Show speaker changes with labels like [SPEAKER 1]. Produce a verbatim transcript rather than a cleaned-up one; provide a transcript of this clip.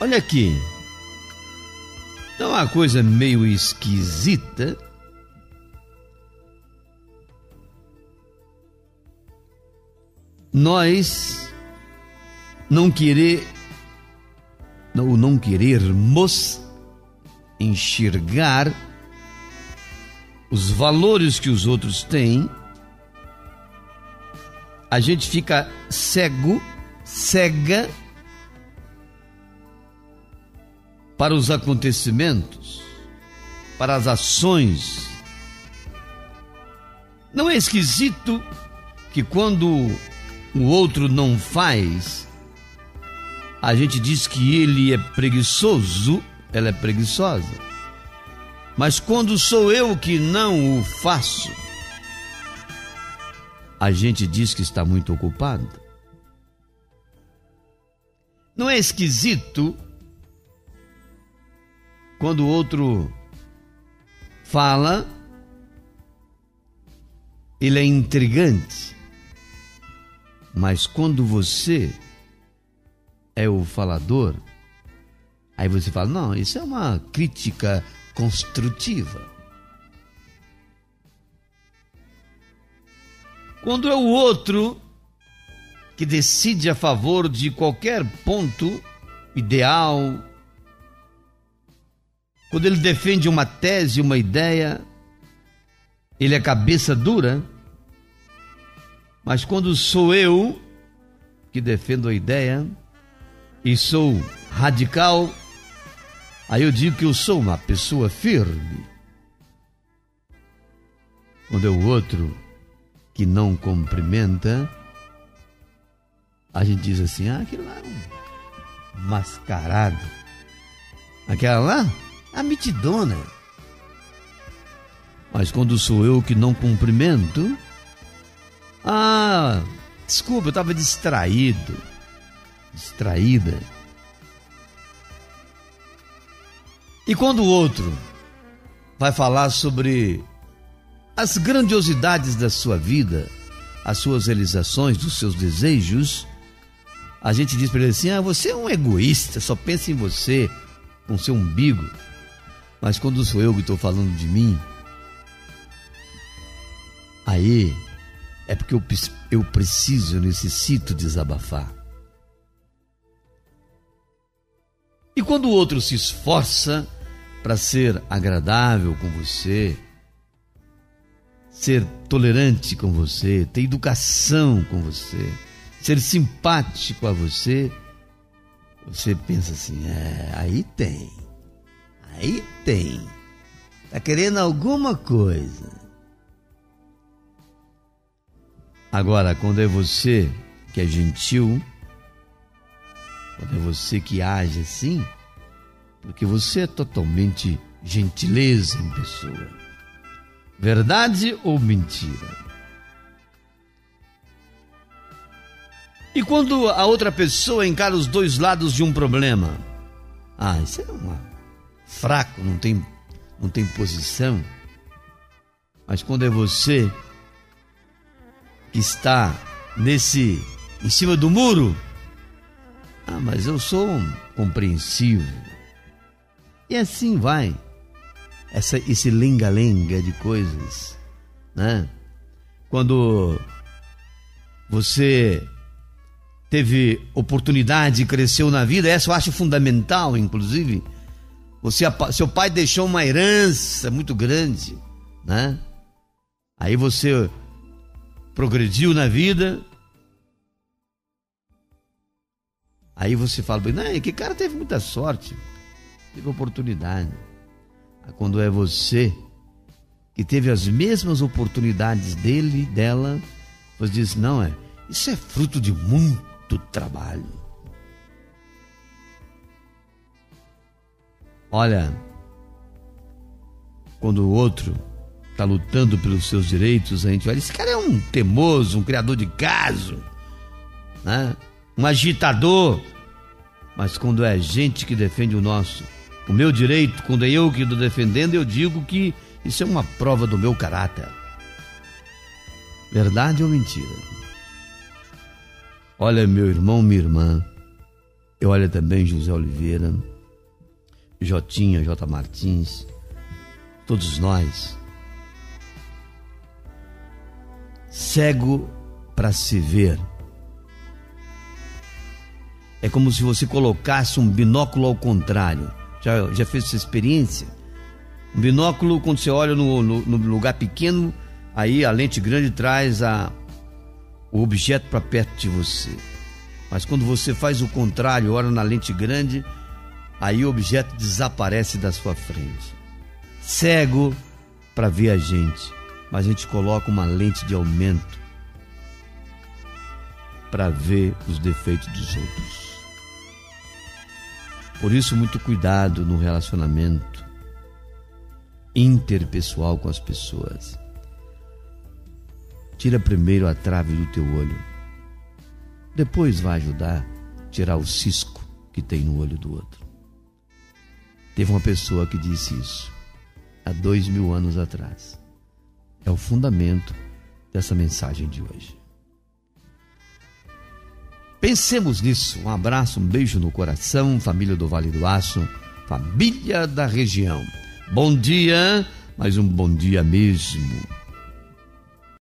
[SPEAKER 1] Olha aqui, é uma coisa meio esquisita. Nós não querer, não, não querermos enxergar os valores que os outros têm. A gente fica cego, cega para os acontecimentos, para as ações. Não é esquisito que quando o outro não faz, a gente diz que ele é preguiçoso, ela é preguiçosa. Mas quando sou eu que não o faço, a gente diz que está muito ocupado. Não é esquisito quando o outro fala, ele é intrigante, mas quando você é o falador, aí você fala, não, isso é uma crítica construtiva. Quando é o outro que decide a favor de qualquer ponto ideal, quando ele defende uma tese, uma ideia, ele é cabeça dura. Mas quando sou eu que defendo a ideia e sou radical, aí eu digo que eu sou uma pessoa firme. Quando é o outro que não cumprimenta, a gente diz assim, ah, aquilo lá é um mascarado. Aquela lá, a mitidona. Mas quando sou eu que não cumprimento, ah, desculpa, eu estava distraído, distraída. E quando o outro vai falar sobre as grandiosidades da sua vida, as suas realizações, dos seus desejos, a gente diz para ele assim, ah, você é um egoísta, só pensa em você, com seu umbigo. Mas quando sou eu que estou falando de mim, aí é porque eu, eu preciso, eu necessito desabafar. E quando o outro se esforça para ser agradável com você, ser tolerante com você, ter educação com você, ser simpático a você, você pensa assim, é, aí tem, aí tem, tá querendo alguma coisa. Agora, quando é você que é gentil, quando é você que age assim, porque você é totalmente gentileza em pessoa. Verdade ou mentira? E quando a outra pessoa encara os dois lados de um problema? Ah, isso é uma fraco, não tem, não tem posição. Mas quando é você que está nesse, em cima do muro, ah, mas eu sou um compreensivo. E assim vai. Essa, esse lenga-lenga de coisas, né? Quando você teve oportunidade e cresceu na vida, essa eu acho fundamental, inclusive. Você, seu pai deixou uma herança muito grande, né? Aí você progrediu na vida. Aí você fala, não, que cara teve muita sorte, teve oportunidade. Quando é você que teve as mesmas oportunidades dele, dela, você diz, não, é, isso é fruto de muito trabalho. Olha, quando o outro está lutando pelos seus direitos, a gente vai, esse cara é um teimoso, um criador de caso, né? Um agitador. Mas quando é a gente que defende o nosso, o meu direito, quando é eu que estou defendendo, eu digo que isso é uma prova do meu caráter. Verdade ou mentira? Olha, meu irmão, minha irmã, Eu olho também José Oliveira, Jotinha, J. Martins, todos nós. Cego para se ver. É como se você colocasse um binóculo ao contrário. Já, já fez essa experiência? Um binóculo, quando você olha no, no, no lugar pequeno, aí a lente grande traz a, o objeto para perto de você. Mas quando você faz o contrário, olha na lente grande, aí o objeto desaparece da sua frente. Cego para ver a gente, mas a gente coloca uma lente de aumento para ver os defeitos dos outros. Por isso, muito cuidado no relacionamento interpessoal com as pessoas. Tira primeiro a trave do teu olho, depois vai ajudar a tirar o cisco que tem no olho do outro. Teve uma pessoa que disse isso há dois mil anos atrás. É o fundamento dessa mensagem de hoje. Pensemos nisso. Um abraço, um beijo no coração, família do Vale do Aço, família da região. Bom dia, mas um bom dia mesmo.